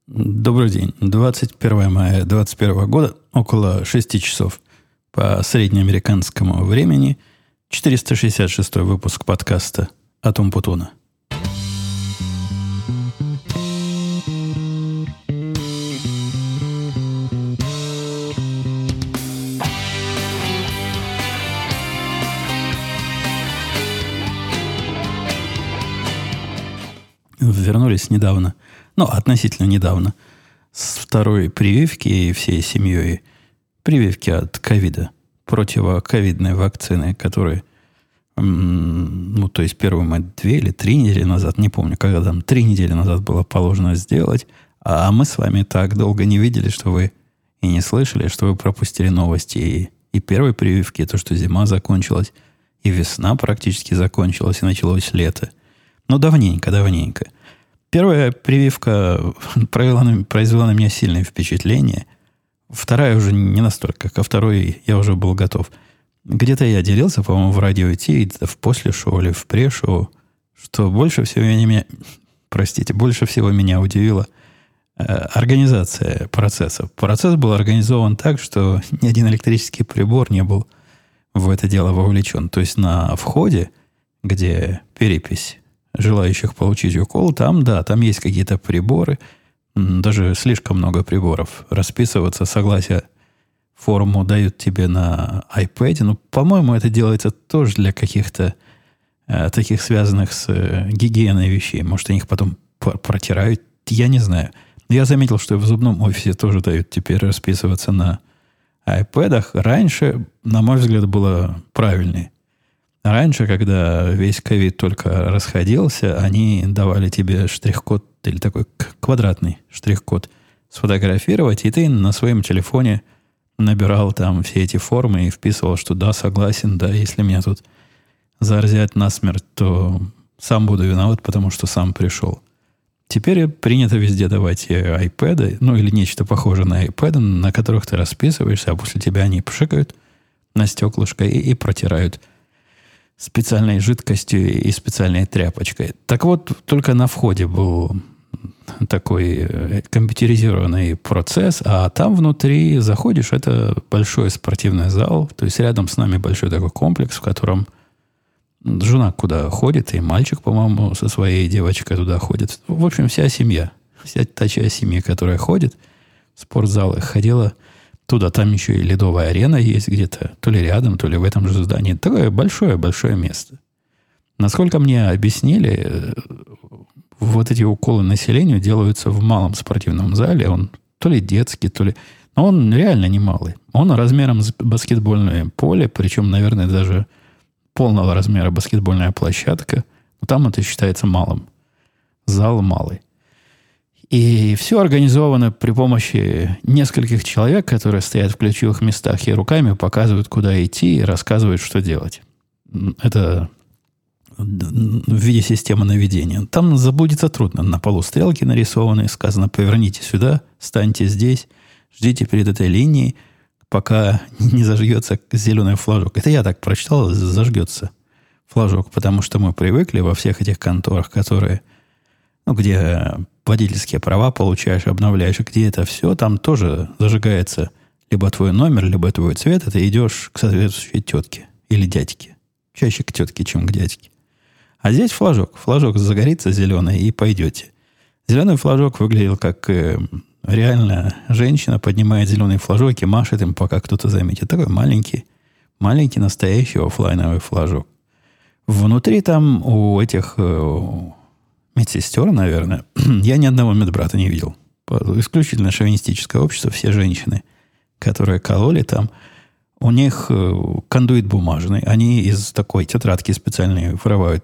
Добрый день. 21 мая 2021 года, около 6 часов по среднеамериканскому времени, 466 выпуск подкаста «Атум Путуна». Вернулись недавно, относительно недавно, с второй прививки и всей семьей прививки от ковида, противоковидной вакцины, которые, то есть первую мы 2 или 3 недели назад, не помню, когда там 3 недели назад было положено сделать, а мы с вами так долго не видели, что вы и не слышали, что вы пропустили новости и первой прививки, и то, что зима закончилась, и весна практически закончилась, и началось лето. Давненько. Первая прививка произвела на меня сильное впечатление. Вторая уже не настолько. Ко второй я уже был готов. Где-то я делился, по-моему, в радио Ти, в после-шоу или в пре-шоу, что больше всего меня удивила организация процесса. Процесс был организован так, что ни один электрический прибор не был в это дело вовлечен. То есть на входе, где перепись желающих получить укол, там есть какие-то приборы, даже слишком много приборов. Расписываться, согласие, форму дают тебе на iPad. По-моему, это делается тоже для каких-то таких связанных с гигиеной вещей. Может, они их потом протирают, я не знаю. Я заметил, что в зубном офисе тоже дают теперь расписываться на iPad'ах. Раньше, на мой взгляд, было правильнее. Раньше, когда весь ковид только расходился, они давали тебе штрих-код или такой квадратный штрих-код сфотографировать, и ты на своем телефоне набирал там все эти формы и вписывал, что да, согласен, да, если меня тут заразят насмерть, то сам буду виноват, потому что сам пришел. Теперь принято везде давать iPad, или нечто похожее на iPad, на которых ты расписываешься, а после тебя они пшикают на стеклышко и протирают специальной жидкостью и специальной тряпочкой. Так вот, только на входе был такой компьютеризированный процесс, а там внутри заходишь, это большой спортивный зал, то есть рядом с нами большой такой комплекс, в котором жена куда ходит, и мальчик, по-моему, со своей девочкой туда ходит. В общем, вся семья, вся та часть семьи, которая ходит в спортзалы, ходила туда. Там еще и ледовая арена есть где-то, то ли рядом, то ли в этом же здании. Такое большое-большое место. Насколько мне объяснили, вот эти уколы населению делаются в малом спортивном зале. Он то ли детский, то ли... Но он реально немалый. Он размером с баскетбольное поле, причем, наверное, даже полного размера баскетбольная площадка. Но там это считается малым. Зал малый. И все организовано при помощи нескольких человек, которые стоят в ключевых местах и руками показывают, куда идти, и рассказывают, что делать. Это в виде системы наведения. Там заблудиться трудно. На полу стрелки нарисованы, сказано: поверните сюда, станьте здесь, ждите перед этой линией, пока не зажгется зеленый флажок. Это я так прочитал, зажгется флажок, потому что мы привыкли во всех этих конторах, которые, где водительские права получаешь, обновляешь, и где это все, там тоже зажигается либо твой номер, либо твой цвет, и ты идешь к соответствующей тетке или дядьке. Чаще к тетке, чем к дядьке. А здесь флажок. Флажок загорится зеленый, и пойдете. Зеленый флажок выглядел как реально женщина поднимает зеленый флажок и машет им, пока кто-то заметит. Такой маленький настоящий офлайновый флажок. Внутри там у этих... медсестер, наверное. Я ни одного медбрата не видел. Исключительно шовинистическое общество, все женщины, которые кололи там, у них кондуит бумажный. Они из такой тетрадки специальной вырывают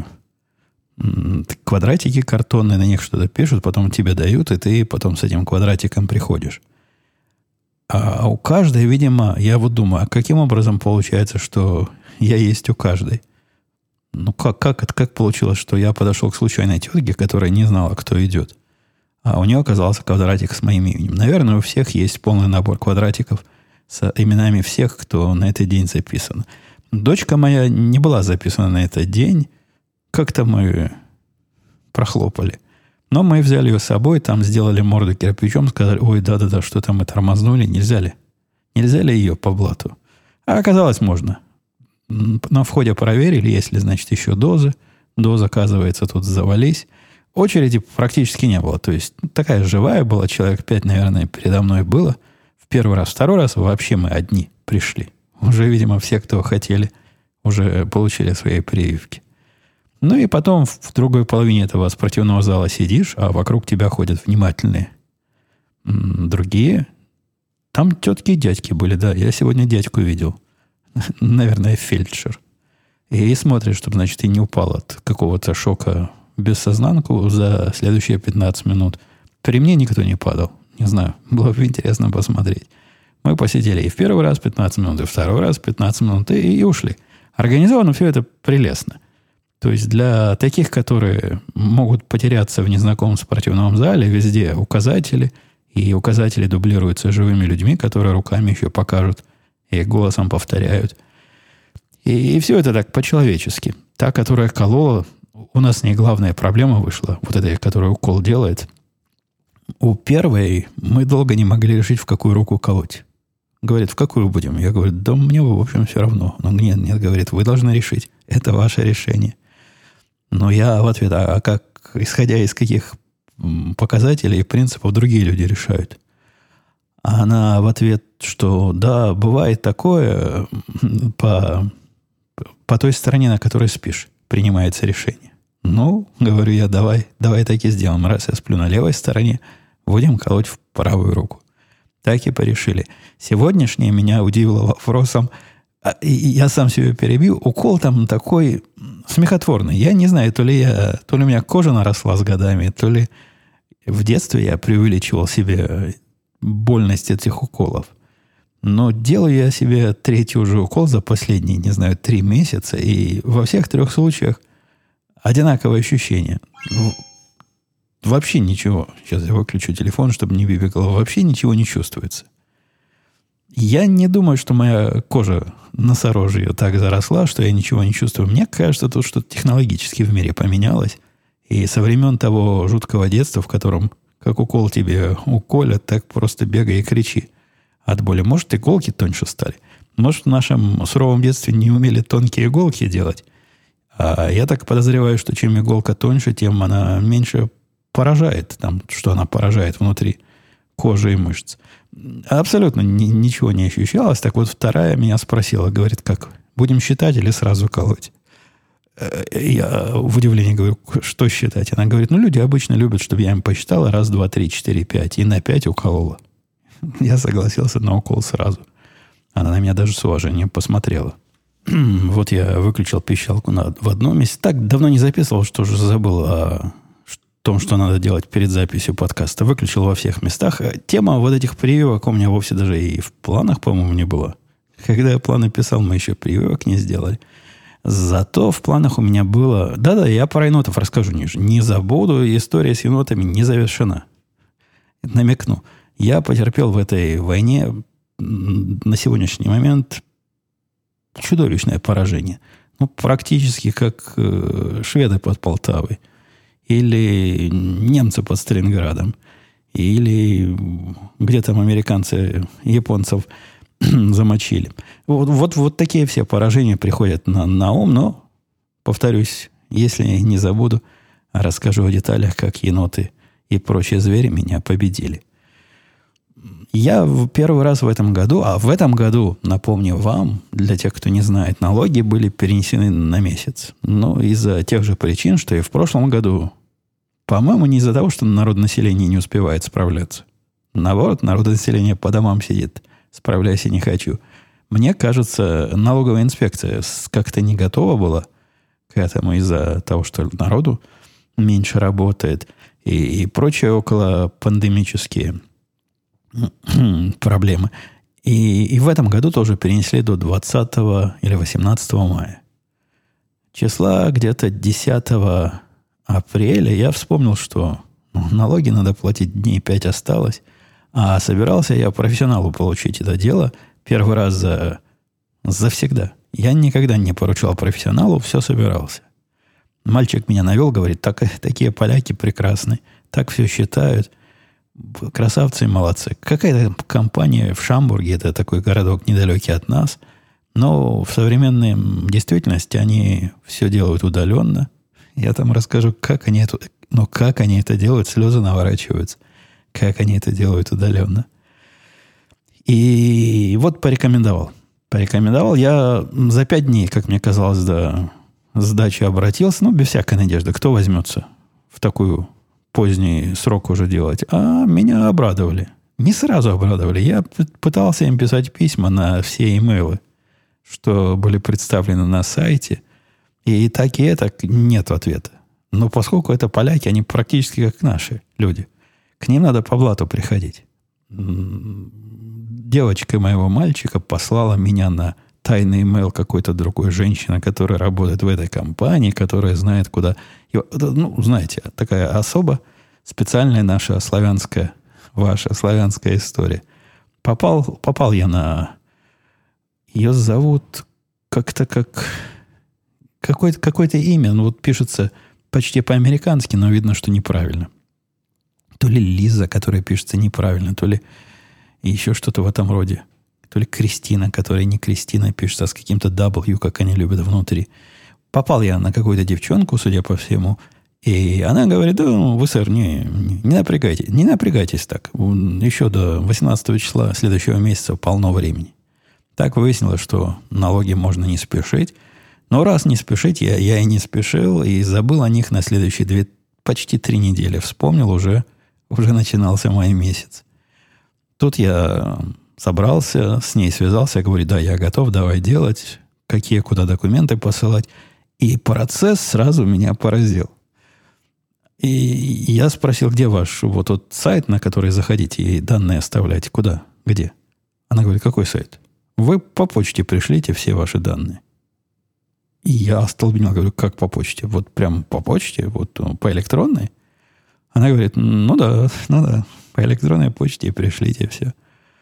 квадратики картонные, на них что-то пишут, потом тебе дают, и ты потом с этим квадратиком приходишь. А у каждой, видимо, я вот думаю, а каким образом получается, что я есть у каждой? Как получилось, что я подошел к случайной тетке, которая не знала, кто идет, а у нее оказался квадратик с моим именем. Наверное, у всех есть полный набор квадратиков с именами всех, кто на этот день записан. Дочка моя не была записана на этот день. Как-то мы прохлопали. Но мы взяли ее с собой, там сделали морду кирпичом, сказали, ой, да-да-да, что-то мы тормознули, нельзя ли? Нельзя ли ее по блату? А оказалось, можно. На входе проверили, есть ли, значит, еще дозы. Доза, оказывается, тут завались. Очереди практически не было. То есть такая живая была, человек 5, наверное, передо мной было. В первый раз. Второй раз вообще мы одни пришли. Уже, видимо, все, кто хотели, уже получили свои прививки. Ну и потом в другой половине этого спортивного зала сидишь, а вокруг тебя ходят внимательные другие. Там тетки и дядьки были, да. Я сегодня дядьку видел. Наверное, фельдшер. И смотрит, чтобы, значит, и не упал от какого-то шока бессознанку за следующие 15 минут. При мне никто не падал. Не знаю, было бы интересно посмотреть. Мы посидели и в первый раз 15 минут, и второй раз 15 минут, и ушли. Организовано все это прелестно. То есть для таких, которые могут потеряться в незнакомом спортивном зале, везде указатели, и указатели дублируются живыми людьми, которые руками еще покажут и голосом повторяют. И все это так по-человечески. Та, которая колола, у нас с ней главная проблема вышла, вот эта, которая укол делает. У первой мы долго не могли решить, в какую руку колоть. Говорит, в какую будем? Я говорю, да мне, в общем, все равно. Но нет, говорит, вы должны решить. Это ваше решение. Но я в ответ, а как, исходя из каких показателей и принципов другие люди решают? А она в ответ, что да, бывает такое, по той стороне, на которой спишь, принимается решение. Ну, говорю я, давай так и сделаем. Раз я сплю на левой стороне, будем колоть в правую руку. Так и порешили. Сегодняшнее меня удивило вопросом, я сам себе перебил, укол там такой смехотворный. Я не знаю, то ли у меня кожа наросла с годами, то ли в детстве я преувеличивал себе больность этих уколов. Но делаю я себе третий уже укол за последние, не знаю, 3 месяца, и во всех 3 случаях одинаковое ощущение. Вообще ничего. Сейчас я выключу телефон, чтобы не бибикало. Вообще ничего не чувствуется. Я не думаю, что моя кожа носорожья так заросла, что я ничего не чувствую. Мне кажется, тут что-то технологически в мире поменялось. И со времен того жуткого детства, в котором как укол тебе уколят, так просто бегай и кричи от боли. Может, иголки тоньше стали. Может, в нашем суровом детстве не умели тонкие иголки делать. А я так подозреваю, что чем иголка тоньше, тем она меньше поражает. Там, что она поражает внутри кожи и мышц. Абсолютно ничего не ощущалось. Так вот, вторая меня спросила, говорит, как, будем считать или сразу колоть? Я в удивлении говорю, что считать? Она говорит, люди обычно любят, чтобы я им посчитала 1, 2, 3, 4, 5. И на 5 уколола. Я согласился на укол сразу. Она на меня даже с уважением посмотрела. Вот я выключил пищалку в одном месте. Так давно не записывал, что уже забыл о том, что надо делать перед записью подкаста. Выключил во всех местах. Тема вот этих прививок у меня вовсе даже и в планах, по-моему, не была. Когда я планы писал, мы еще прививок не сделали. Зато в планах у меня было... Да-да, я про енотов расскажу ниже. Не забуду, история с енотами не завершена. Намекну. Я потерпел в этой войне на сегодняшний момент чудовищное поражение. Практически как шведы под Полтавой. Или немцы под Сталинградом. Или где там американцы японцев замочили. Вот такие все поражения приходят на ум. Но, повторюсь, если не забуду, расскажу о деталях, как еноты и прочие звери меня победили. Я первый раз в этом году, а в этом году, напомню вам, для тех, кто не знает, налоги были перенесены на месяц. Но из-за тех же причин, что и в прошлом году, по-моему, не из-за того, что народонаселение не успевает справляться. Наоборот, народонаселение по домам сидит, справляйся не хочу. Мне кажется, налоговая инспекция как-то не готова была к этому из-за того, что народу меньше работает и прочие около пандемические проблемы. И в этом году тоже перенесли до 20 или 18 мая. Числа где-то 10 апреля я вспомнил, что налоги надо платить, дней 5 осталось. А собирался я профессионалу получить это дело первый раз завсегда. Я никогда не поручал профессионалу, все собирался. Мальчик меня навел, говорит, такие поляки прекрасны. так все считают. Красавцы и молодцы. Какая-то компания в Шамбурге, это такой городок недалекий от нас, но в современной действительности они все делают удаленно. Я там расскажу, как они это делают, слезы наворачиваются, как они это делают удаленно. И вот порекомендовал. Я за 5 дней, как мне казалось, до сдачи обратился, без всякой надежды. Кто возьмется в такую поздний срок уже делать? А меня обрадовали. Не сразу обрадовали. Я пытался им писать письма на все имейлы, что были представлены на сайте. И так нет ответа. Но поскольку это поляки, они практически как наши люди. К ним надо по блату приходить. Девочка моего мальчика послала меня на тайный имейл какой-то другой женщины, которая работает в этой компании, которая знает, куда... знаете, такая особо специальная наша ваша славянская история. Попал я на... Ее зовут как-то как... Какое-то имя, пишется почти по-американски, но видно, что неправильно. То ли Лиза, которая пишется неправильно, то ли еще что-то в этом роде. То ли Кристина, которая не Кристина, пишется, а с каким-то W, как они любят внутри. Попал я на какую-то девчонку, судя по всему, и она говорит: вы, сэр, не напрягайтесь так. Еще до 18 числа следующего месяца полно времени. Так выяснилось, что налоги можно не спешить. Но раз не спешить, я и не спешил, и забыл о них на следующие почти 3 недели. Вспомнил, уже начинался май месяц. Тут я собрался, с ней связался, говорю: да, я готов, давай делать, куда документы посылать. И процесс сразу меня поразил. И я спросил: где ваш тот сайт, на который заходите и данные оставляете? Куда? Где? Она говорит: какой сайт? Вы по почте пришлите все ваши данные. И я остолбенел, говорю: как по почте? Вот прям по почте? По электронной? Она говорит: ну да, по электронной почте пришлите все.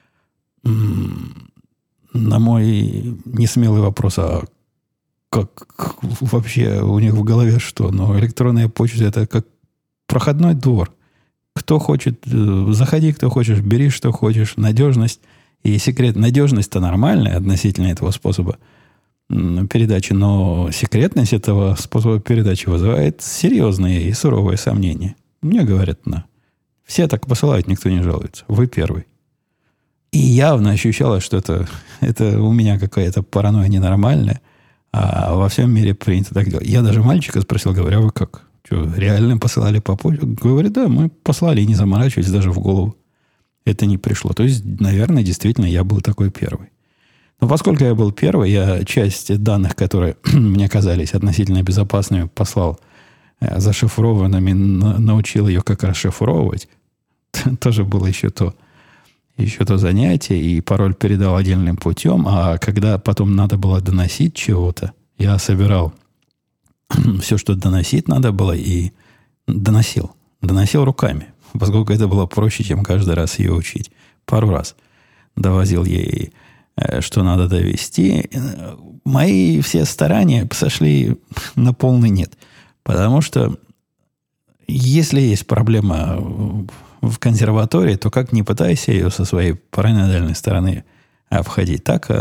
На мой несмелый вопрос: а как вообще у них в голове что? Электронная почта — это как проходной двор. Кто хочет, заходи, кто хочешь, бери, что хочешь. Надежность и секрет. Надежность-то нормальная относительно этого способа передачи, но секретность этого способа передачи вызывает серьезные и суровые сомнения. Мне говорят: все так посылают, никто не жалуется. Вы первый. И явно ощущалось, что это у меня какая-то паранойя ненормальная, а во всем мире принято так делать. Я даже мальчика спросил, говорю: а вы как? Что, реально посылали по почте? Говорит: да, мы послали и не заморачивались, даже в голову это не пришло. То есть, наверное, действительно, я был такой первый. Но поскольку я был первый, я часть данных, которые мне казались относительно безопасными, послал зашифрованными, научил ее, как расшифровывать. Тоже было еще то занятие, и пароль передал отдельным путем. А когда потом надо было доносить чего-то, я собирал все, что доносить надо было, и доносил. Доносил руками, поскольку это было проще, чем каждый раз ее учить. Пару раз довозил ей, что надо довести. Мои все старания сошли на полный нет. Потому что если есть проблема в консерватории, то как ни пытайся ее со своей параноидальной стороны обходить, так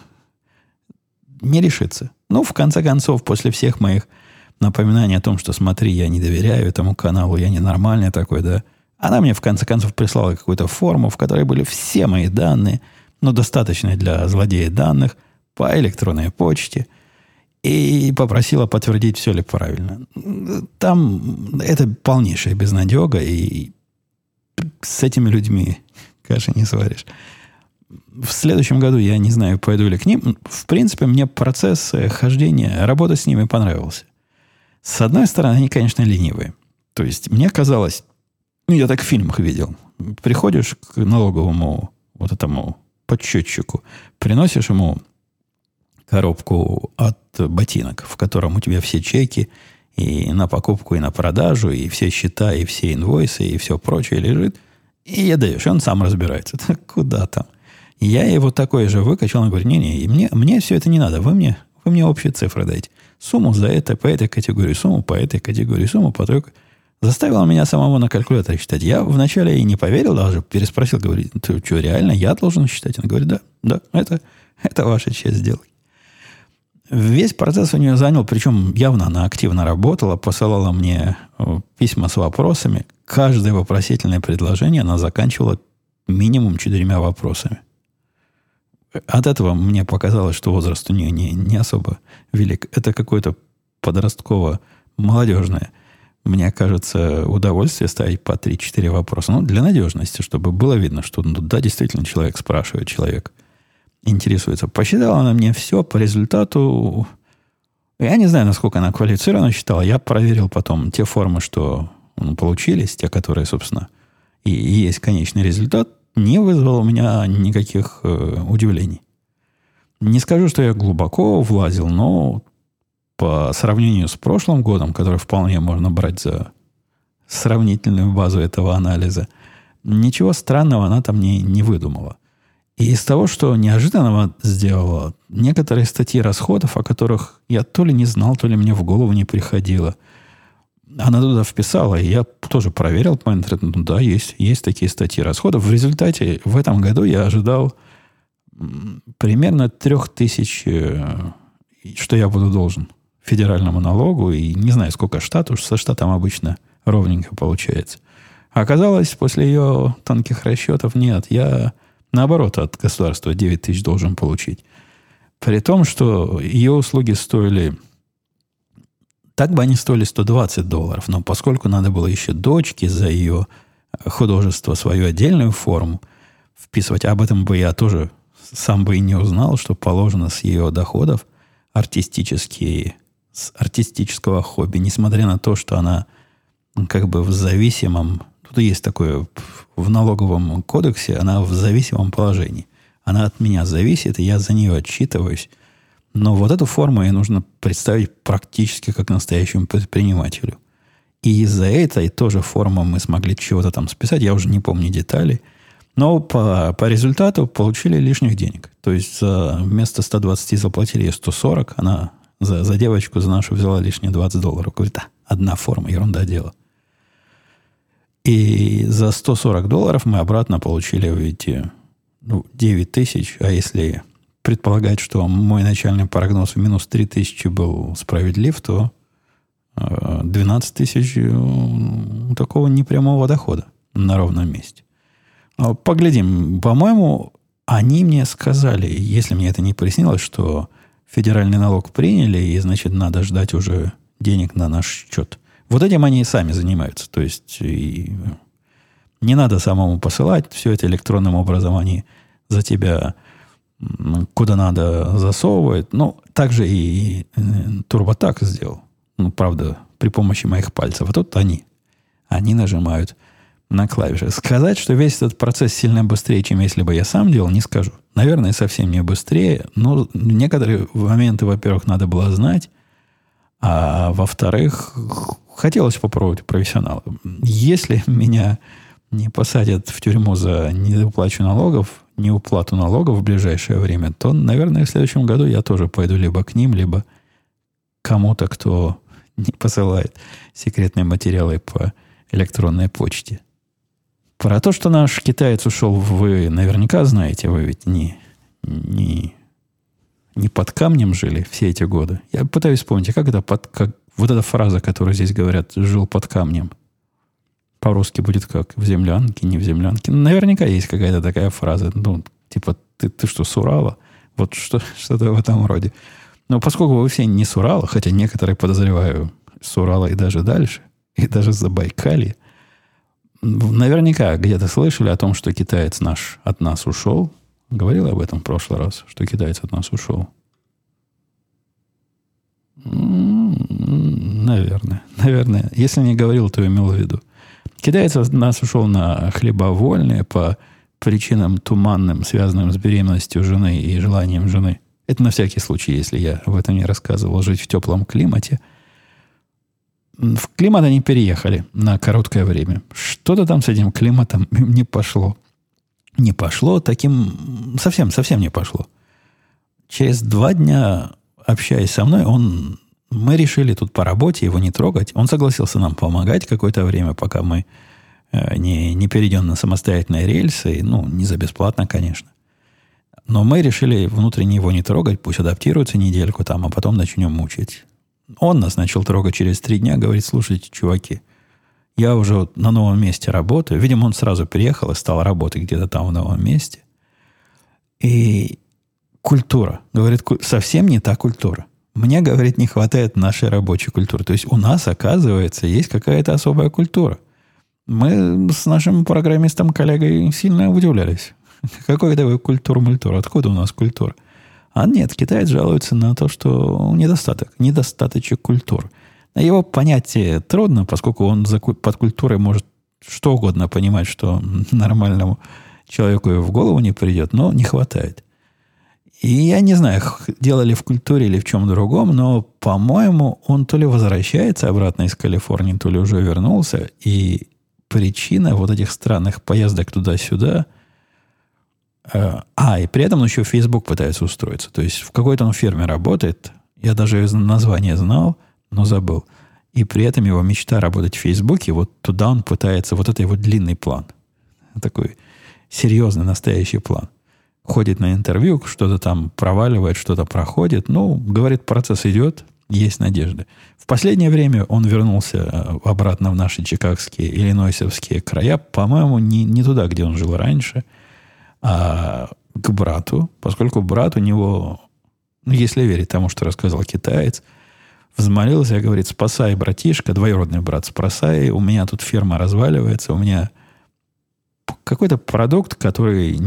не решится. В конце концов, после всех моих напоминаний о том, что смотри, я не доверяю этому каналу, я ненормальный такой, да, она мне в конце концов прислала какую-то форму, в которой были все мои данные, достаточные для злодея данных, по электронной почте, и попросила подтвердить, все ли правильно. Там это полнейшая безнадега, и с этими людьми каши не сваришь. В следующем году я не знаю, пойду ли к ним. В принципе, мне процесс хождения, работы с ними понравился. С одной стороны, они, конечно, ленивые. То есть, мне казалось, я так в фильмах видел. Приходишь к налоговому этому подсчетчику, приносишь ему коробку от ботинок, в котором у тебя все чеки и на покупку, и на продажу, и все счета, и все инвойсы, и все прочее лежит. И я даешь, и он сам разбирается. Куда там? Я его такое же выкачал, он говорит: не, мне все это не надо, вы мне общие цифры дайте. Сумму за это, по этой категории, сумму по этой категории, сумму по той. заставила меня самого на калькуляторе считать. Я вначале и не поверил даже, переспросил, говорит, ты что, реально я должен считать? Она говорит, да, это ваша честь сделать. Весь процесс у нее занял, причем явно она активно работала, посылала мне письма с вопросами. Каждое вопросительное предложение она заканчивала минимум 4 вопросами. От этого мне показалось, что возраст у нее не особо велик. Это какое-то подростково-молодежное, мне кажется, удовольствие ставить по 3-4 вопроса. Ну, для надежности, чтобы было видно, что да, действительно человек спрашивает, человек интересуется. Посчитала она мне все по результату. Я не знаю, насколько она квалифицированно считала. Я проверил потом те формы, что получились, те, которые, собственно, и есть конечный результат, не вызвало у меня никаких удивлений. Не скажу, что я глубоко влазил, но по сравнению с прошлым годом, который вполне можно брать за сравнительную базу этого анализа, ничего странного она там не выдумала. И из того, что неожиданного сделала, некоторые статьи расходов, о которых я то ли не знал, то ли мне в голову не приходило, она туда вписала, и я тоже проверил по интернету. Ну да, есть такие статьи расходов. В результате в этом году я ожидал примерно 3000, что я буду должен федеральному налогу, и не знаю, сколько штат, уж со штатом обычно ровненько получается. А оказалось, после ее тонких расчетов, нет, я наоборот от государства 9 тысяч должен получить. При том, что ее услуги стоили, так бы они стоили $120, но поскольку надо было еще дочке за ее художество свою отдельную форму вписывать, об этом бы я тоже сам бы и не узнал, что положено с ее доходов с артистического хобби, несмотря на то, что она как бы в зависимом, тут есть такое в налоговом кодексе, она в зависимом положении. Она от меня зависит, и я за нее отчитываюсь. Но вот эту форму ей нужно представить практически как настоящему предпринимателю. И из-за этой тоже формы мы смогли чего-то там списать, я уже не помню детали. Но по результату получили лишних денег. То есть вместо 120 заплатили ей 140, она за девочку, за нашу взяла лишние $20. Говорит, да, одна форма, ерунда дело. И за $140 мы обратно получили, видите, 9 тысяч. А если предполагать, что мой начальный прогноз в минус 3 тысячи был справедлив, то 12 тысяч такого непрямого дохода на ровном месте. Поглядим. По-моему, они мне сказали, если мне это не приснилось, что федеральный налог приняли, и, значит, надо ждать уже денег на наш счет. Вот этим они и сами занимаются. То есть, и не надо самому посылать. Все это электронным образом они за тебя куда надо засовывают. Ну, также и TurboTax сделал. Ну, правда, при помощи моих пальцев. А тут они нажимают на клавиши. Сказать, что весь этот процесс сильно быстрее, чем если бы я сам делал, не скажу. Наверное, совсем не быстрее, но некоторые моменты, во-первых, надо было знать, а во-вторых, хотелось попробовать профессионала. Если меня не посадят в тюрьму за недоплату налогов в ближайшее время, то, наверное, в следующем году я тоже пойду либо к ним, либо кому-то, кто не посылает секретные материалы по электронной почте. Про то, что наш китаец ушел, вы наверняка знаете. Вы ведь не под камнем жили все эти годы. Я пытаюсь вспомнить, как вот эта фраза, которую здесь говорят, жил под камнем. По-русски будет как? В землянке, не в землянке. Наверняка есть какая-то такая фраза. Ну, типа, ты что, с Урала? Вот что-то в этом роде. Но поскольку вы все не с Урала, хотя некоторые, подозреваю, с Урала и даже дальше, и даже с Забайкалья, наверняка где-то слышали о том, что китаец наш от нас ушел. Говорил об этом в прошлый раз, что китаец от нас ушел. Наверное. Если не говорил, то имел в виду. Китаец от нас ушел на хлебовольные по причинам туманным, связанным с беременностью жены и желанием жены. Это на всякий случай, если я об этом не рассказывал, жить в теплом климате. В климат они переехали на короткое время. Что-то там с этим климатом не пошло. Не пошло, совсем не пошло. Через 2 дня, общаясь со мной, он Мы решили тут по работе его не трогать. Он согласился нам помогать какое-то время, пока мы не перейдем на самостоятельные рельсы. Ну, не за бесплатно, конечно. Но мы решили внутренне его не трогать. Пусть адаптируется недельку там, а потом начнем мучить. Он нас начал трогать через 3 дня. Говорит, слушайте, чуваки, я уже вот на новом месте работаю. Видимо, он сразу переехал и стал работать где-то там в новом месте. И культура. Говорит, совсем не та культура. Мне, говорит, не хватает нашей рабочей культуры. То есть у нас, оказывается, есть какая-то особая культура. Мы с нашим программистом-коллегой сильно удивлялись. Какой такой культура-мультура? Откуда у нас культура? А нет, китаец жалуется на то, что недостаточек культуры. На его понятие трудно, поскольку он под культурой может что угодно понимать, что нормальному человеку и в голову не придет, но не хватает. И я не знаю, дело ли в культуре или в чем другом, но, по-моему, он то ли возвращается обратно из Калифорнии, то ли уже вернулся. И причина вот этих странных поездок туда-сюда... и при этом он еще в Facebook пытается устроиться. То есть в какой-то он фирме работает. Я даже название знал, но забыл. И при этом его мечта работать в Фейсбуке, вот туда он пытается, вот это его длинный план. Такой серьезный, настоящий план. Ходит на интервью, что-то там проваливает, что-то проходит. Ну, говорит, процесс идет, есть надежда. В последнее время он вернулся обратно в наши чикагские, иллинойсовские края. По-моему, не туда, где он жил раньше, а к брату. Поскольку брат у него, ну, если верить тому, что рассказал китаец, взмолился, говорит, спасай, братишка, двоюродный брат, спасай, у меня тут фирма разваливается, у меня какой-то продукт, который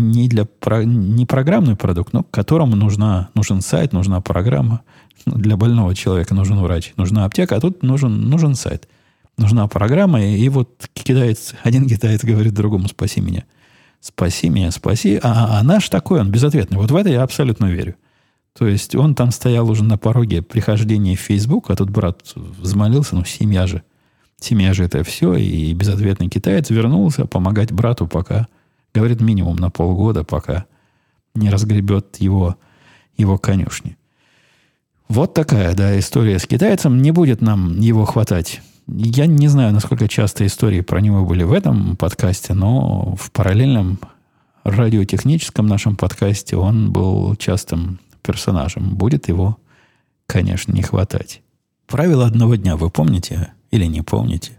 не программный продукт, но к которому нужен сайт, нужна программа. Для больного человека нужен врач, нужна аптека, а тут нужен сайт. Нужна программа, и вот один китаец говорит другому, спаси меня. Спаси меня, спаси. А наш такой, он безответный. Вот в это я абсолютно верю. То есть он там стоял уже на пороге прихождения в Facebook, а тут брат взмолился, семья же это все, и безответный китаец вернулся помогать брату, пока, говорит, минимум на полгода, пока не разгребет его конюшни. Вот такая, да, история с китайцем. Не будет нам его хватать. Я не знаю, насколько часто истории про него были в этом подкасте, но в параллельном радиотехническом нашем подкасте он был частым персонажем. Будет его, конечно, не хватать. Правило одного дня вы помните или не помните?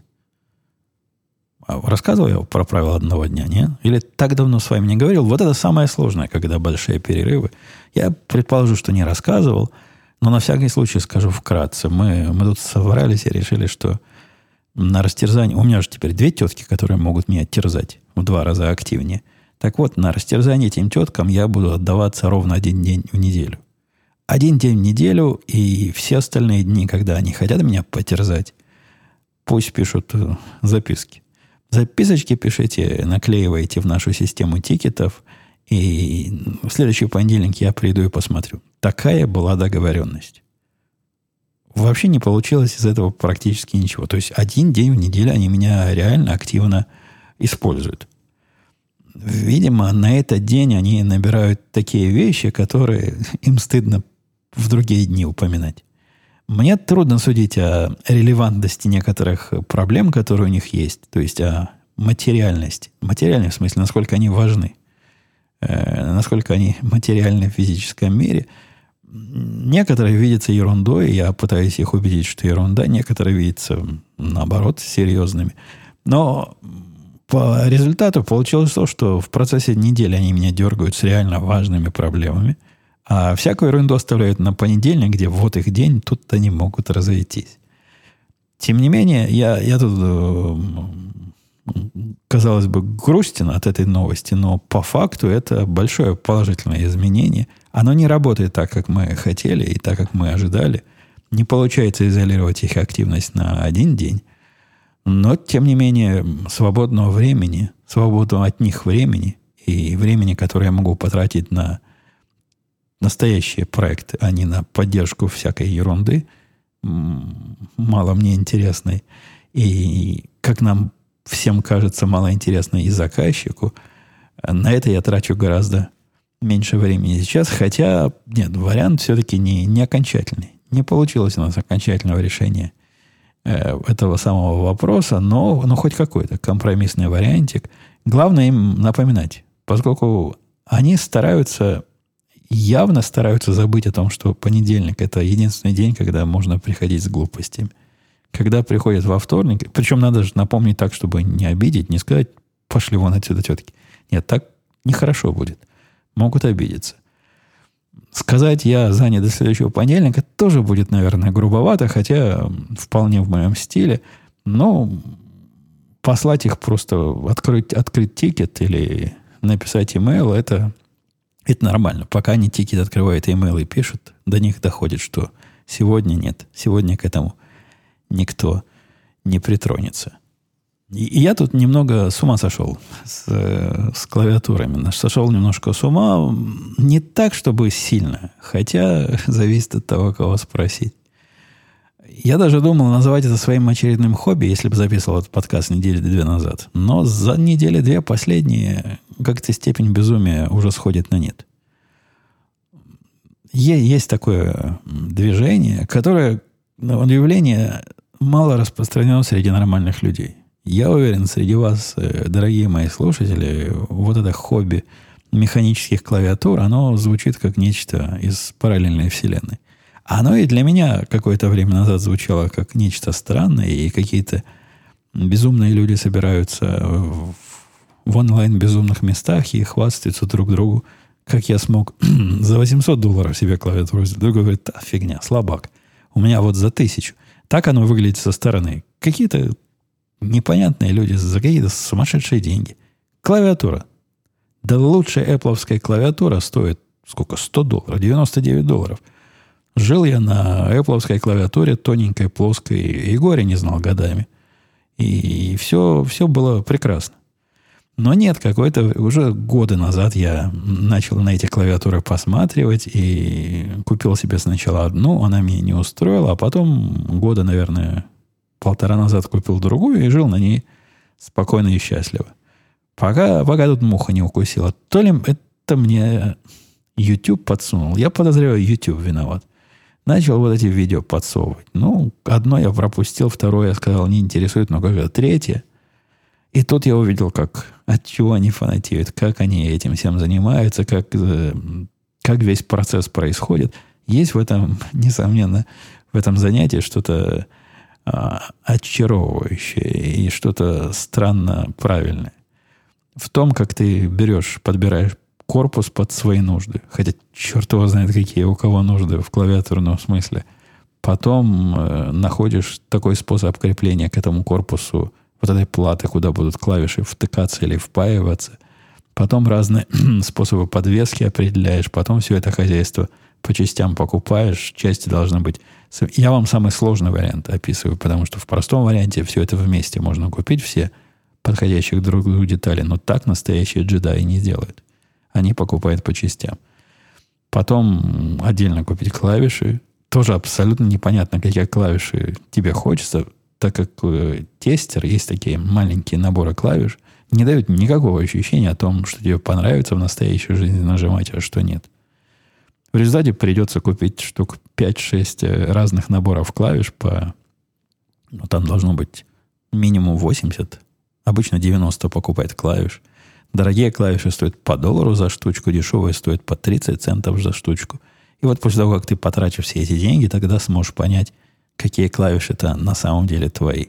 Рассказывал я про правила одного дня, нет? Или так давно с вами не говорил? Вот это самое сложное, когда большие перерывы. Я предположу, что не рассказывал, но на всякий случай скажу вкратце. Мы тут собрались и решили, что на растерзание... У меня же теперь 2 тетки, которые могут меня терзать в 2 раза активнее. Так вот, на растерзание этим теткам я буду отдаваться ровно 1 день в неделю. 1 день в неделю, и все остальные дни, когда они хотят меня потерзать, пусть пишут записки. Записочки пишите, наклеивайте в нашу систему тикетов, и в следующий понедельник я приду и посмотрю. Такая была договоренность. Вообще не получилось из этого практически ничего. То есть 1 день в неделю они меня реально активно используют. Видимо, на этот день они набирают такие вещи, которые им стыдно в другие дни упоминать. Мне трудно судить о релевантности некоторых проблем, которые у них есть, то есть о материальности. Материальной в смысле, насколько они важны, насколько они материальны в физическом мире. Некоторые видятся ерундой, я пытаюсь их убедить, что ерунда, некоторые видятся, наоборот, серьезными. Но по результату получилось то, что в процессе недели они меня дергают с реально важными проблемами, а всякую ерунду оставляют на понедельник, где вот их день, тут они могут разойтись. Тем не менее, я тут, казалось бы, грустен от этой новости, но по факту это большое положительное изменение. Оно не работает так, как мы хотели и так, как мы ожидали. Не получается изолировать их активность на 1 день. Но, тем не менее, свободного времени, свободного от них времени и времени, которое я могу потратить на настоящие проекты, а не на поддержку всякой ерунды, мало мне интересной. И, как нам всем кажется, мало интересной и заказчику, на это я трачу гораздо меньше времени сейчас. Хотя, нет, вариант все-таки не окончательный. Не получилось у нас окончательного решения этого самого вопроса, но хоть какой-то компромиссный вариантик. Главное им напоминать, поскольку они явно стараются забыть о том, что понедельник – это единственный день, когда можно приходить с глупостями. Когда приходят во вторник, причем надо же напомнить так, чтобы не обидеть, не сказать «пошли вон отсюда, тетки». Нет, так нехорошо будет. Могут обидеться. Сказать «я занят до следующего понедельника» тоже будет, наверное, грубовато, хотя вполне в моем стиле. Но послать их просто, открыть тикет или написать имейл, это нормально. Пока они тикет открывают, имейл и пишут, до них доходит, что сегодня нет. Сегодня к этому никто не притронется. И я тут немного с ума сошел с клавиатурами. Сошел немножко с ума. Не так, чтобы сильно. Хотя зависит от того, кого спросить. Я даже думал назвать это своим очередным хобби, если бы записывал этот подкаст недели 2 назад. Но за недели 2 последние как-то степень безумия уже сходит на нет. Есть такое движение, которое, на удивление, мало распространено среди нормальных людей. Я уверен, среди вас, дорогие мои слушатели, вот это хобби механических клавиатур, оно звучит как нечто из параллельной вселенной. Оно и для меня какое-то время назад звучало как нечто странное, и какие-то безумные люди собираются в онлайн-безумных местах и хвастаются друг другу, как я смог за $800 себе клавиатуру сделать. Другой говорит, фигня, слабак. У меня вот за 1000. Так оно выглядит со стороны. Какие-то непонятные люди за какие-то сумасшедшие деньги. Клавиатура. Да лучшая Apple-овская клавиатура стоит сколько? $100, $99. Жил я на Apple-овской клавиатуре, тоненькой, плоской, и горе не знал годами. И все было прекрасно. Но нет, уже годы назад я начал на эти клавиатуры посматривать и купил себе сначала одну, она меня не устроила, а потом года, наверное, 1,5 назад купил другую и жил на ней спокойно и счастливо. Пока тут муха не укусила. То ли это мне YouTube подсунул. Я подозреваю, YouTube виноват. Начал вот эти видео подсовывать. Одно я пропустил, второе я сказал, не интересует, но как-то третье. И тут я увидел, от чего они фанатеют, как они этим всем занимаются, как весь процесс происходит. Есть в этом, несомненно, в этом занятии что-то очаровывающее и что-то странно правильное. В том, как ты подбираешь корпус под свои нужды. Хотя черт его знает, какие у кого нужды в клавиатурном смысле. Потом находишь такой способ крепления к этому корпусу, вот этой платы, куда будут клавиши втыкаться или впаиваться. Потом разные способы подвески определяешь. Потом все это хозяйство по частям покупаешь. Части должны быть... Я вам самый сложный вариант описываю, потому что в простом варианте все это вместе можно купить, все подходящих друг к другу детали. Но так настоящие джедаи не делают. Они покупают по частям. Потом отдельно купить клавиши. Тоже абсолютно непонятно, какие клавиши тебе хочется, так как тестер, есть такие маленькие наборы клавиш, не дают никакого ощущения о том, что тебе понравится в настоящей жизни нажимать, а что нет. В результате придется купить штук 5-6 разных наборов клавиш там должно быть минимум 80. Обычно 90 покупает клавиш. Дорогие клавиши стоят по $1 за штучку, дешевые стоят по 30 центов за штучку. И вот после того, как ты потратишь все эти деньги, тогда сможешь понять, какие клавиши-то на самом деле твои.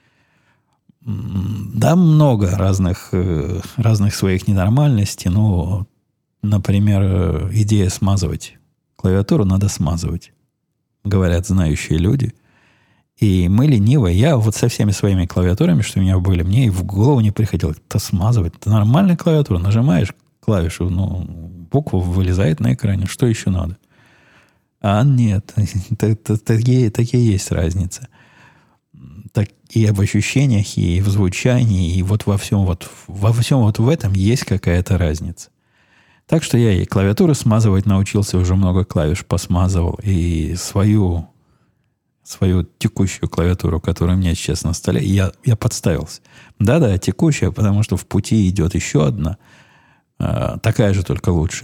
Да, много разных своих ненормальностей. Например, идея смазывать клавиатуру надо смазывать. Говорят знающие люди. И мы ленивые. Я вот со всеми своими клавиатурами, что у меня были, мне и в голову не приходило это смазывать. Это нормальная клавиатура. Нажимаешь клавишу, буква вылезает на экране. Что еще надо? А нет. Такие есть разница. Так и в ощущениях, и в звучании, и вот во всем вот в этом есть какая-то разница. Так что я и клавиатуру смазывать научился, уже много клавиш посмазывал, и свою текущую клавиатуру, которая у меня сейчас на столе, я подставился. Да, текущая, потому что в пути идет еще одна, такая же, только лучшая.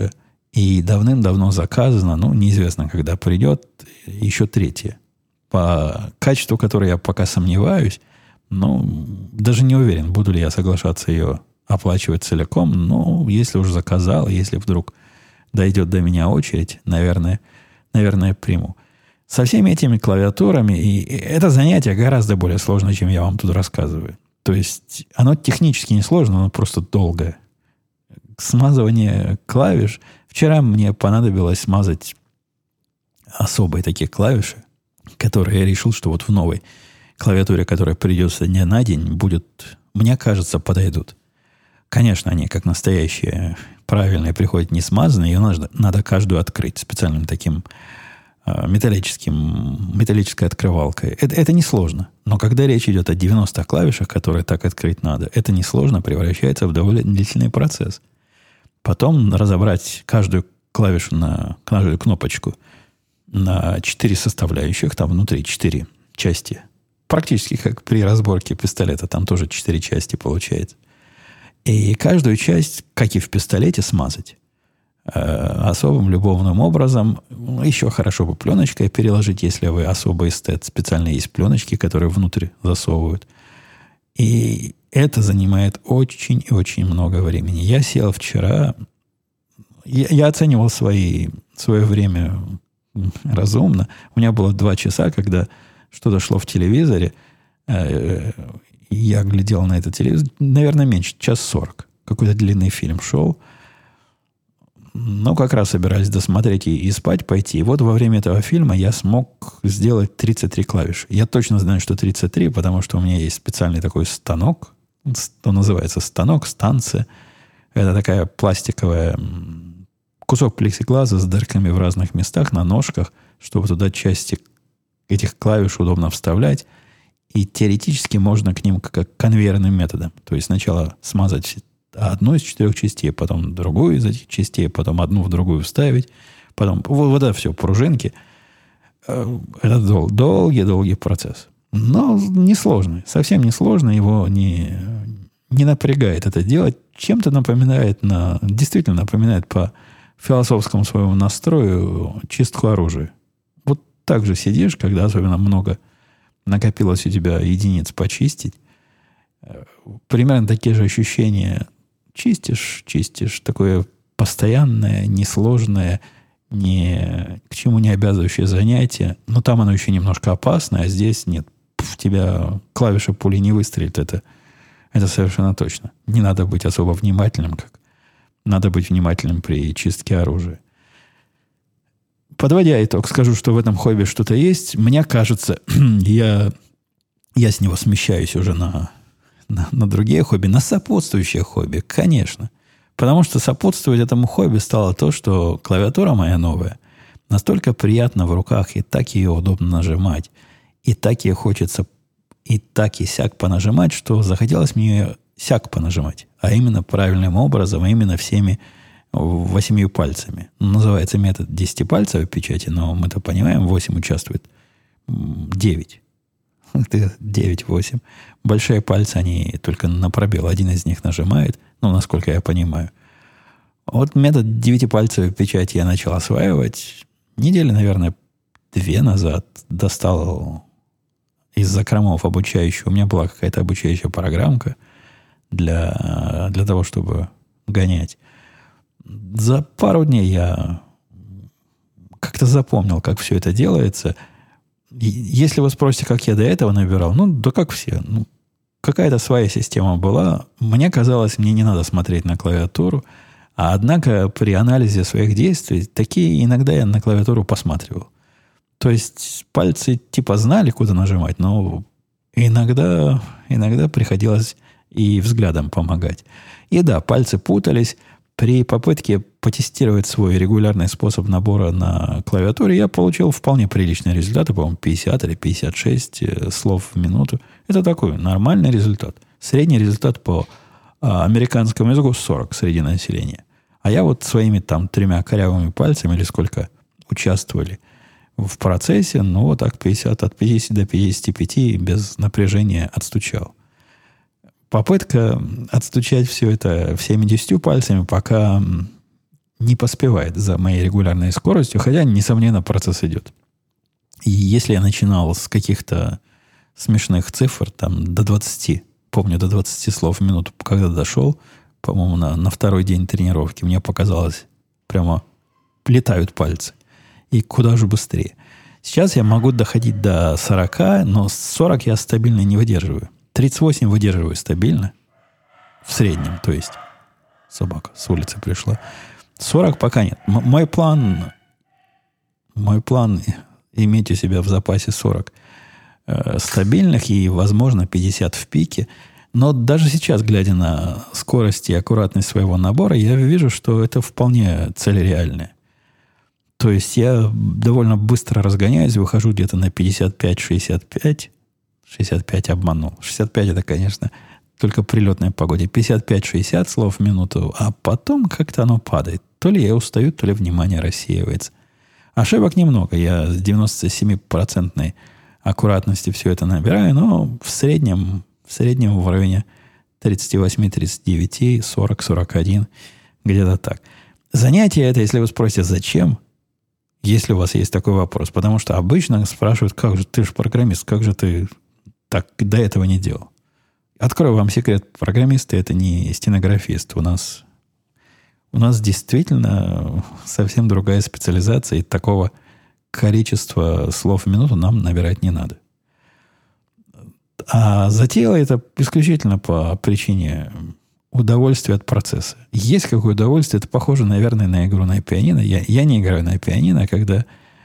И давным-давно заказано, ну, неизвестно, когда придет, еще третье. По качеству, которое я пока сомневаюсь, ну, даже не уверен, буду ли я соглашаться ее оплачивать целиком, но если уж заказал, если вдруг дойдет до меня очередь, наверное, приму. Со всеми этими клавиатурами, и это занятие гораздо более сложное, чем я вам тут рассказываю. То есть оно технически не сложно, оно просто долгое. Смазывание клавиш. Вчера мне понадобилось смазать особые такие клавиши, которые я решил, что вот в новой клавиатуре, которая придет со дня на день, будет, мне кажется, подойдут. Конечно, они, как настоящие, правильные, приходят не смазанные, ее надо каждую открыть специальным таким металлической открывалкой. Это несложно. Но когда речь идет о 90 клавишах, которые так открыть надо, это несложно, превращается в довольно длительный процесс. Потом разобрать каждую клавишу, каждую кнопочку на 4 составляющих, там внутри 4 части. Практически как при разборке пистолета, там тоже 4 части получается. И каждую часть, как и в пистолете, смазать. Особым любовным образом. Еще хорошо бы пленочкой переложить, если вы особый эстет. Специально есть пленочки, которые внутрь засовывают. И это занимает очень и очень много времени. Я сел вчера, я оценивал свое время разумно. У меня было 2 часа, когда что-то шло в телевизоре. Я глядел на этот телевизор, наверное, меньше, 1:40. Какой-то длинный фильм шел. Но как раз собирались досмотреть и спать пойти. И вот во время этого фильма я смог сделать 33 клавиши. Я точно знаю, что 33, потому что у меня есть специальный такой станок. Он называется станок, станция. Это такая пластиковая кусок плексиглаза с дырками в разных местах на ножках, чтобы туда части этих клавиш удобно вставлять. И теоретически можно к ним как конвейерным методом. То есть сначала смазать одну из 4 частей, потом другую из этих частей, потом одну в другую вставить, потом вот это все, пружинки. Это долгий процесс. Но несложный, совсем несложно, его не напрягает это делать. Чем-то действительно напоминает по философскому своему настрою чистку оружия. Вот так же сидишь, когда особенно много накопилось у тебя единиц почистить. Примерно такие же ощущения. Чистишь, такое постоянное, несложное, ни к чему не обязывающее занятие. Но там оно еще немножко опасное, а здесь нет. В тебя клавиша пули не выстрелит. Это совершенно точно. Не надо быть особо внимательным, как надо быть внимательным при чистке оружия. Подводя итог, скажу, что в этом хобби что-то есть. Мне кажется, я с него смещаюсь уже на другие хобби, на сопутствующие хобби, конечно. Потому что сопутствовать этому хобби стало то, что клавиатура моя новая настолько приятна в руках, и так ее удобно нажимать, и так ей хочется и так и сяк понажимать, что захотелось мне ее сяк понажимать, а именно правильным образом, а именно всеми 8 пальцами. Называется метод 10-пальцевой печати, но мы-то понимаем, 8 участвует, 9. 9-8. Большие пальцы, они только на пробел. Один из них нажимает, насколько я понимаю. Вот метод 9-пальцевой печати я начал осваивать недели, наверное, 2 назад. Достал из закромов обучающую. У меня была какая-то обучающая программка для того, чтобы гонять. За пару дней я как-то запомнил, как все это делается. Если вы спросите, как я до этого набирал, да как все. Какая-то своя система была. Мне казалось, мне не надо смотреть на клавиатуру. А однако при анализе своих действий такие иногда я на клавиатуру посматривал. То есть пальцы типа знали, куда нажимать, но иногда приходилось и взглядом помогать. И да, пальцы путались. При попытке потестировать свой регулярный способ набора на клавиатуре я получил вполне приличные результаты, по-моему, 50 или 56 слов в минуту. Это такой нормальный результат. Средний результат по американскому языку 40 среди населения. А я вот своими 3 корявыми пальцами, или сколько участвовали в процессе, вот так 50, от 50 до 55 без напряжения отстучал. Попытка отстучать все это всеми 10 пальцами пока не поспевает за моей регулярной скоростью, хотя, несомненно, процесс идет. И если я начинал с каких-то смешных цифр, там, до 20, помню, до 20 слов в минуту, когда дошел, по-моему, на второй день тренировки, мне показалось, прямо летают пальцы. И куда же быстрее. Сейчас я могу доходить до 40, но 40 я стабильно не выдерживаю. 38 выдерживаю стабильно. В среднем, то есть. Собака с улицы пришла. 40 пока нет. Мой план иметь у себя в запасе 40 стабильных и, возможно, 50 в пике. Но даже сейчас, глядя на скорость и аккуратность своего набора, я вижу, что это вполне цель реальная. То есть я довольно быстро разгоняюсь, выхожу где-то на 55-65. 65 обманул. 65 это, конечно, только при летной погоде. 55-60 слов в минуту, а потом как-то оно падает. То ли я устаю, то ли внимание рассеивается. Ошибок немного. Я с 97% аккуратности все это набираю, но в среднем в районе 38-39, 40-41, где-то так. Занятие это, если вы спросите, зачем, если у вас есть такой вопрос. Потому что обычно спрашивают, как же, ты же программист, как же ты так до этого не делал? Открою вам секрет, программисты это не стенографисты. У нас действительно совсем другая специализация, и такого количества слов в минуту нам набирать не надо. А затеяло это исключительно по причине удовольствия от процесса. Есть какое удовольствие, это похоже, наверное, на игру на пианино. Я не играю на пианино, когда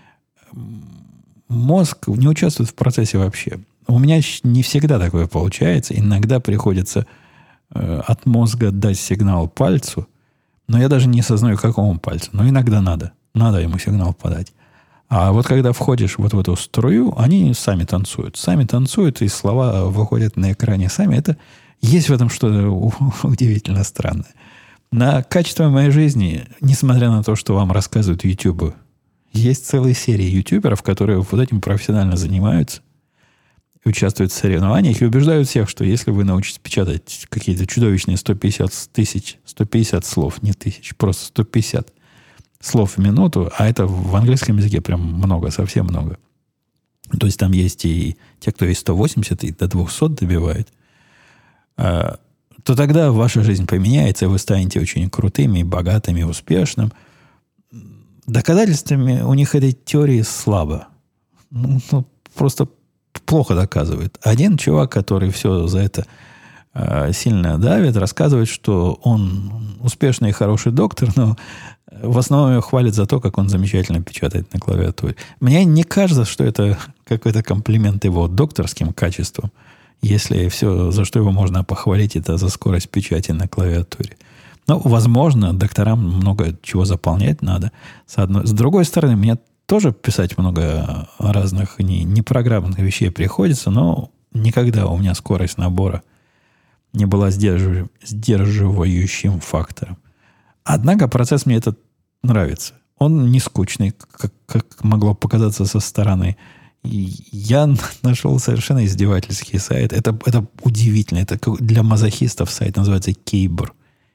мозг не участвует в процессе вообще. У меня не всегда такое получается. Иногда приходится от мозга дать сигнал пальцу, но я даже не осознаю, какому пальцу. Но иногда надо. Надо ему сигнал подать. А вот когда входишь вот в эту струю, они сами танцуют. Сами танцуют, и слова выходят на экране сами. Это есть в этом что-то удивительно странное. На качество моей жизни, несмотря на то, что вам рассказывают YouTube, есть целые серии ютуберов, которые вот этим профессионально занимаются, участвуют в соревнованиях и убеждают всех, что если вы научитесь печатать какие-то чудовищные 150 слов, не тысяч, просто 150 слов в минуту, а это в английском языке прям много, совсем много. То есть там есть и те, кто и 180, и до 200 добивает, то тогда ваша жизнь поменяется, и вы станете очень крутыми, богатыми, успешным. Доказательствами у них этой теории слабо. Просто плохо доказывает. Один чувак, который все за это сильно давит, рассказывает, что он успешный и хороший доктор, но в основном его хвалят за то, как он замечательно печатает на клавиатуре. Мне не кажется, что это какой-то комплимент его докторским качествам, если все, за что его можно похвалить, это за скорость печати на клавиатуре. Но, возможно, докторам много чего заполнять надо. С другой стороны, мне тоже писать много разных непрограммных вещей приходится, но никогда у меня скорость набора не была сдерживающим фактором. Однако процесс мне этот нравится. Он не скучный, как могло показаться со стороны. И я нашел совершенно издевательский сайт. Это удивительно. Это для мазохистов сайт называется Keyber.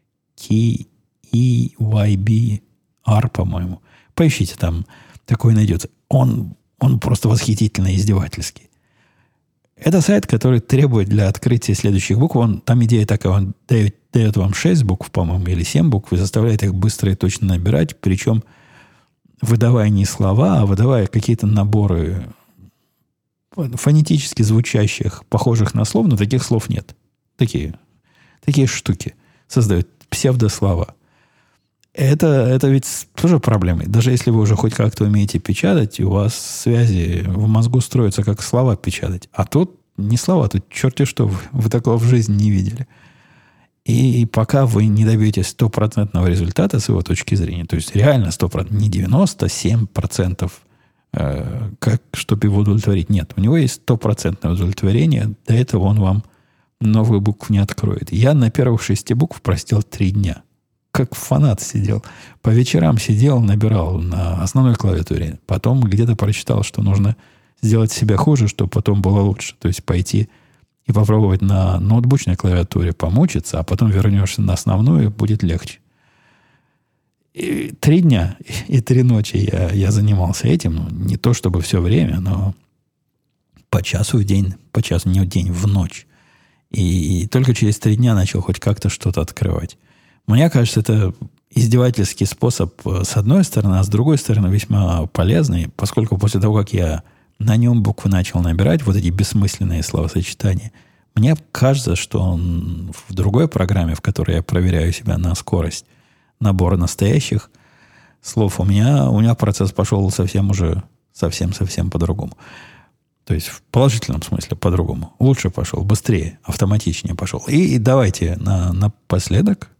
K-E-Y-B-R, по-моему. Поищите, там такой найдется. Он просто восхитительно издевательский. Это сайт, который требует для открытия следующих букв. Там идея такая, он дает вам 6 букв, по-моему, или 7 букв, и заставляет их быстро и точно набирать, причем выдавая не слова, а выдавая какие-то наборы фонетически звучащих, похожих на слов, но таких слов нет. Такие штуки создают псевдослова. Это ведь тоже проблема. Даже если вы уже хоть как-то умеете печатать, у вас связи в мозгу строятся, как слова печатать. А тут не слова, тут черти что, вы такого в жизни не видели. И пока вы не добьетесь стопроцентного результата с его точки зрения, то есть реально 100%, не 97%, чтобы его удовлетворить. Нет, у него есть стопроцентное удовлетворение. До этого он вам новых букв не откроет. Я на первых 6 букв простил 3 дня. Как фанат сидел. По вечерам сидел, набирал на основной клавиатуре. Потом где-то прочитал, что нужно сделать себя хуже, чтобы потом было лучше. То есть пойти и попробовать на ноутбучной клавиатуре помучиться, а потом вернешься на основную, и будет легче. И 3 дня и 3 ночи я занимался этим. Ну, не то чтобы все время, но по часу в день, по часу не в день, в ночь. И только через 3 дня начал хоть как-то что-то открывать. Мне кажется, это издевательский способ с одной стороны, а с другой стороны весьма полезный, поскольку после того, как я на нем буквы начал набирать, вот эти бессмысленные словосочетания, мне кажется, что он в другой программе, в которой я проверяю себя на скорость набора настоящих слов, у меня процесс пошел совсем по-другому. То есть в положительном смысле по-другому. Лучше пошел, быстрее, автоматичнее пошел. И давайте напоследок.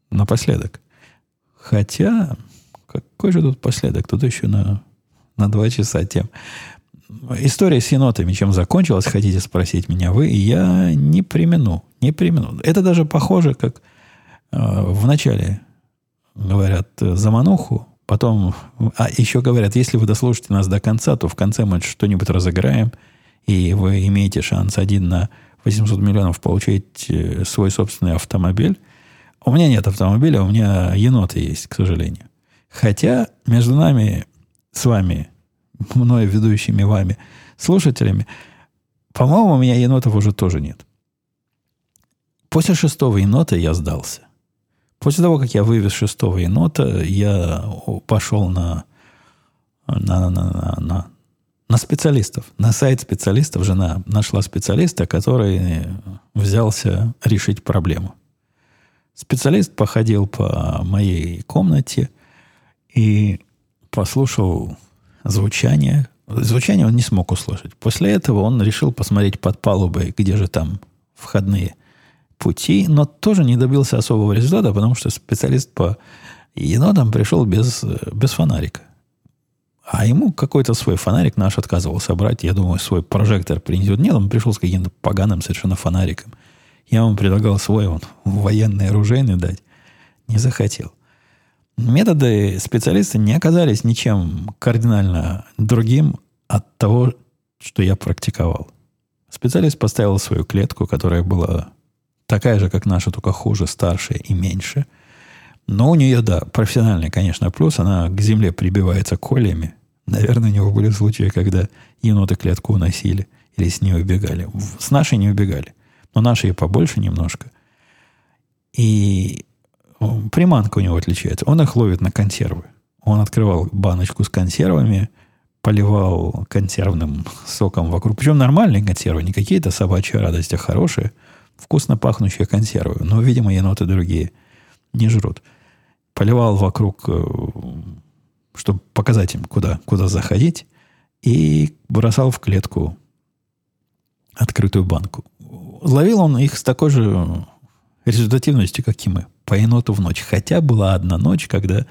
Хотя, какой же тут последок? Тут еще на 2 часа тем. История с енотами, чем закончилась, хотите спросить меня вы, и я не примену. Это даже похоже, как вначале говорят замануху, потом, еще говорят, если вы дослушаете нас до конца, то в конце мы что-нибудь разыграем, и вы имеете шанс 1 на 800 миллионов получить свой собственный автомобиль. У меня нет автомобиля, у меня еноты есть, к сожалению. Хотя между нами, с вами, мной, ведущими вами, слушателями, по-моему, у меня енотов уже тоже нет. После 6-го енота я сдался. После того, как я вывез 6-го енота, я пошел на специалистов. На сайт специалистов жена нашла специалиста, который взялся решить проблему. Специалист походил по моей комнате и послушал звучание. Звучание он не смог услышать. После этого он решил посмотреть под палубой, где же там входные пути, но тоже не добился особого результата, потому что специалист по енотам пришел без фонарика. А ему какой-то свой фонарик наш отказывался брать. Я думаю, свой прожектор принесет. Нет, он пришел с каким-то поганым совершенно фонариком. Я ему предлагал свой военный оружейный дать. Не захотел. Методы специалиста не оказались ничем кардинально другим от того, что я практиковал. Специалист поставил свою клетку, которая была такая же, как наша, только хуже, старше и меньше. Но у нее, да, профессиональный, конечно, плюс. Она к земле прибивается колями. Наверное, у него были случаи, когда еноты клетку уносили или с нее убегали. С нашей не убегали. Но наши и побольше немножко. И приманка у него отличается. Он их ловит на консервы. Он открывал баночку с консервами, поливал консервным соком вокруг. Причем нормальные консервы, не какие-то собачьи радости, а хорошие, вкусно пахнущие консервы. Но, видимо, еноты другие не жрут. Поливал вокруг, чтобы показать им, куда заходить, и бросал в клетку открытую банку. Ловил он их с такой же результативностью, как и мы, по еноту в ночь. Хотя была одна ночь, когда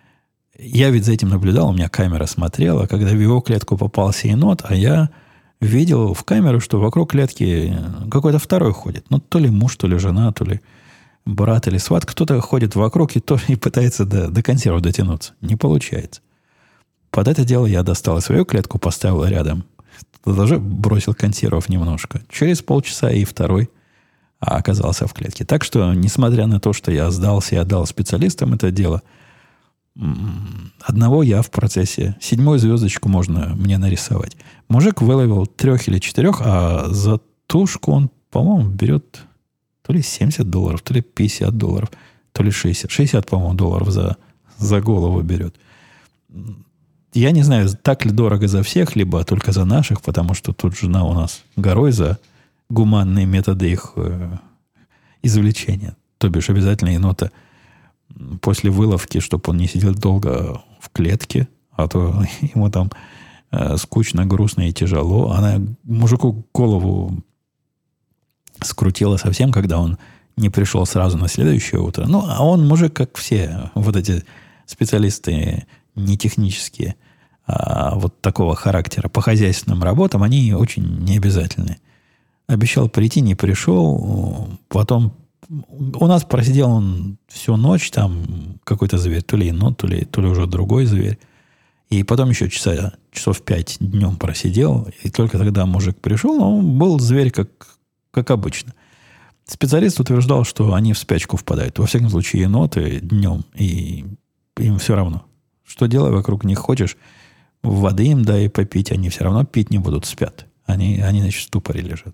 я ведь за этим наблюдал, у меня камера смотрела, когда в его клетку попался енот, а я видел в камеру, что вокруг клетки какой-то второй ходит. Ну, то ли муж, то ли жена, то ли брат или сват. Кто-то ходит вокруг и пытается до консервов дотянуться. Не получается. Под это дело я достал свою клетку, поставил рядом. Даже бросил консервов немножко. Через полчаса и второй оказался в клетке. Так что, несмотря на то, что я сдался и отдал специалистам это дело, одного я в процессе. 7-ю звездочку можно мне нарисовать. Мужик выловил 3 или 4, а за тушку он, по-моему, берет то ли $70, то ли $50, то ли 60. 60, по-моему, долларов за голову берет. Я не знаю, так ли дорого за всех, либо только за наших, потому что тут жена у нас горой за гуманные методы их извлечения. То бишь обязательно енота после выловки, чтобы он не сидел долго в клетке, а то ему там скучно, грустно и тяжело. Она мужику голову скрутила совсем, когда он не пришел сразу на следующее утро. Ну, а он мужик, как все вот эти специалисты не технические, а вот такого характера по хозяйственным работам, они очень необязательны. Обещал прийти, не пришел. Потом у нас просидел он всю ночь, там какой-то зверь, то ли енот, то ли уже другой зверь. И потом еще часов 5 днем просидел, и только тогда мужик пришел, он был зверь как обычно. Специалист утверждал, что они в спячку впадают. Во всяком случае, еноты днем. И Им все равно. Что делай вокруг них хочешь, воды им дай попить, они все равно пить не будут, спят. Они значит, в ступоре лежат.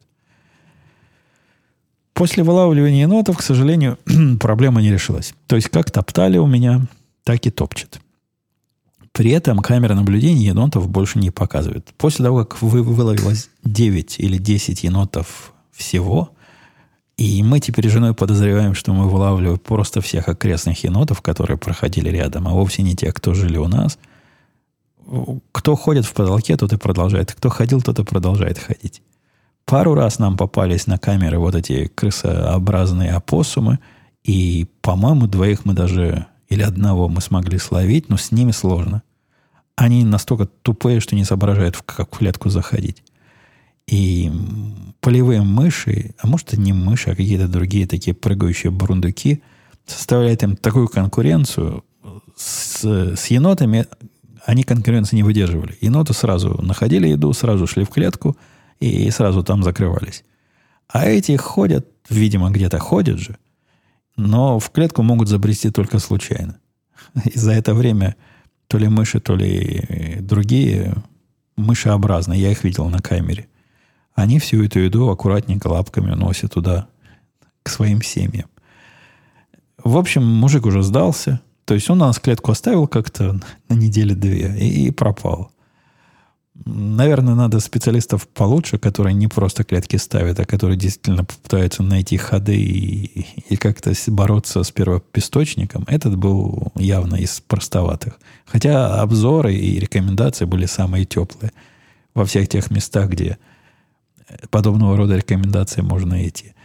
После вылавливания енотов, к сожалению, проблема не решилась. То есть, как топтали у меня, так и топчет. При этом камера наблюдения енотов больше не показывает. После того, как выловилось 9 или 10 енотов всего, и мы теперь с женой подозреваем, что мы вылавливаем просто всех окрестных енотов, которые проходили рядом, а вовсе не те, кто жили у нас. Кто ходит в потолке, тот и продолжает. Кто ходил, тот и продолжает ходить. Пару раз нам попались на камеры вот эти крысообразные опоссумы, и, по-моему, двоих мы даже, или одного мы смогли словить, но с ними сложно. Они настолько тупые, что не соображают, как в клетку заходить. И полевые мыши, а может, это не мыши, а какие-то другие такие прыгающие бурундуки, составляют им такую конкуренцию. С енотами они конкуренции не выдерживали. Еноты сразу находили еду, сразу шли в клетку и сразу там закрывались. А эти ходят, видимо, где-то ходят же, но в клетку могут забрести только случайно. И за это время то ли мыши, то ли другие мышеобразные, я их видел на камере, они всю эту еду аккуратненько лапками уносят туда, к своим семьям. В общем, мужик уже сдался. То есть он нас клетку оставил как-то на недели-две и пропал. Наверное, надо специалистов получше, которые не просто клетки ставят, а которые действительно пытаются найти ходы и как-то бороться с первописточником. Этот был явно из простоватых. Хотя обзоры и рекомендации были самые теплые во всех тех местах, где подобного рода рекомендации можно найти.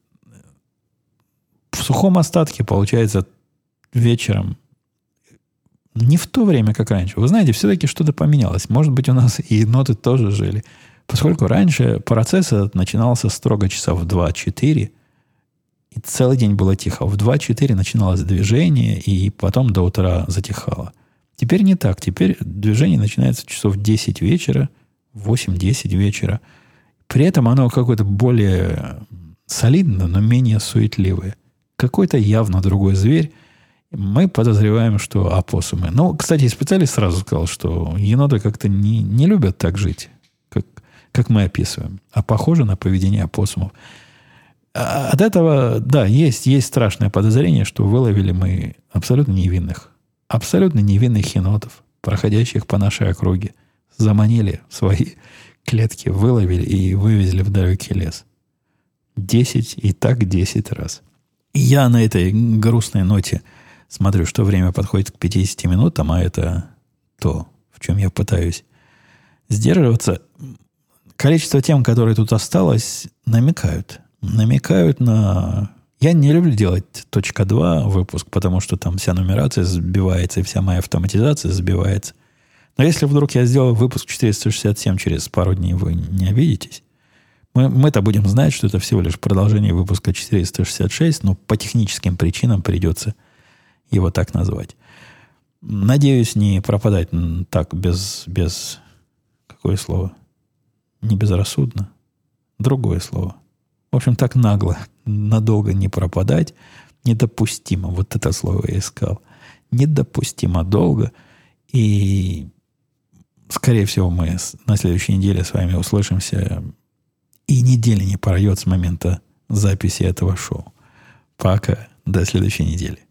В сухом остатке, получается, вечером не в то время, как раньше. Вы знаете, все-таки что-то поменялось. Может быть, у нас и еноты тоже жили. Поскольку раньше процесс этот начинался строго часа в 2-4, и целый день было тихо. В 2-4 начиналось движение, и потом до утра затихало. Теперь не так. Теперь движение начинается часов в 10 вечера, 8-10 вечера. При этом оно какое-то более солидное, но менее суетливое. Какой-то явно другой зверь. Мы подозреваем, что опоссумы. Но, кстати, специалист сразу сказал, что еноты как-то не любят так жить, как мы описываем. А похоже на поведение опоссумов. От этого, да, есть страшное подозрение, что выловили мы абсолютно невинных енотов, проходящих по нашей округе. Заманили в свои клетки, выловили и вывезли в далекий лес. 10 и так 10 раз. И я на этой грустной ноте смотрю, что время подходит к 50 минутам, а это то, в чем я пытаюсь сдерживаться. Количество тем, которые тут осталось, намекают на... Я не люблю делать .2 выпуск, потому что там вся нумерация сбивается, и вся моя автоматизация сбивается. Но если вдруг я сделаю выпуск 467 через пару дней, вы не обидитесь. Мы-то будем знать, что это всего лишь продолжение выпуска 466, но по техническим причинам придется его так назвать. Надеюсь, не пропадать так без какое слово? Не безрассудно. Другое слово. В общем, так нагло, надолго не пропадать. Недопустимо. Вот это слово я искал. Недопустимо долго. И, скорее всего, мы на следующей неделе с вами услышимся. И неделя не пройдет с момента записи этого шоу. Пока. До следующей недели.